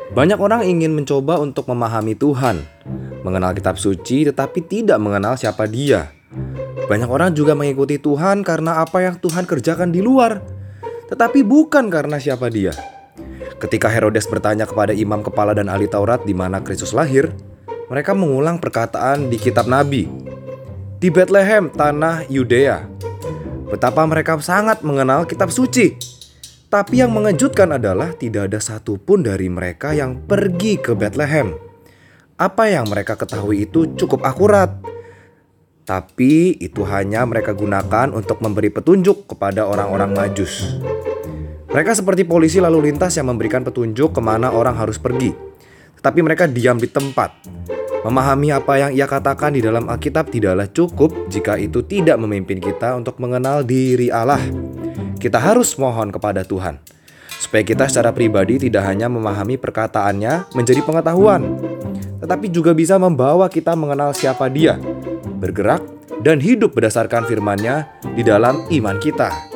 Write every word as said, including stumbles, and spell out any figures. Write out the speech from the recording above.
Banyak orang ingin mencoba untuk memahami Tuhan, mengenal kitab suci tetapi tidak mengenal siapa Dia. Banyak orang juga mengikuti Tuhan karena apa yang Tuhan kerjakan di luar, tetapi bukan karena siapa Dia. Ketika Herodes bertanya kepada imam kepala dan ahli Taurat di mana Kristus lahir, mereka mengulang perkataan di kitab Nabi, di Betlehem, tanah Yudea. Betapa mereka sangat mengenal kitab suci. Tapi yang mengejutkan adalah tidak ada satupun dari mereka yang pergi ke Betlehem. Apa yang mereka ketahui itu cukup akurat, tapi itu hanya mereka gunakan untuk memberi petunjuk kepada orang-orang Majus. Mereka seperti polisi lalu lintas yang memberikan petunjuk kemana orang harus pergi. Tetapi mereka diam di tempat. Memahami apa yang ia katakan di dalam Alkitab tidaklah cukup jika itu tidak memimpin kita untuk mengenal diri Allah. Kita harus mohon kepada Tuhan, supaya kita secara pribadi tidak hanya memahami perkataannya menjadi pengetahuan, tetapi juga bisa membawa kita mengenal siapa Dia, bergerak dan hidup berdasarkan firman-Nya di dalam iman kita.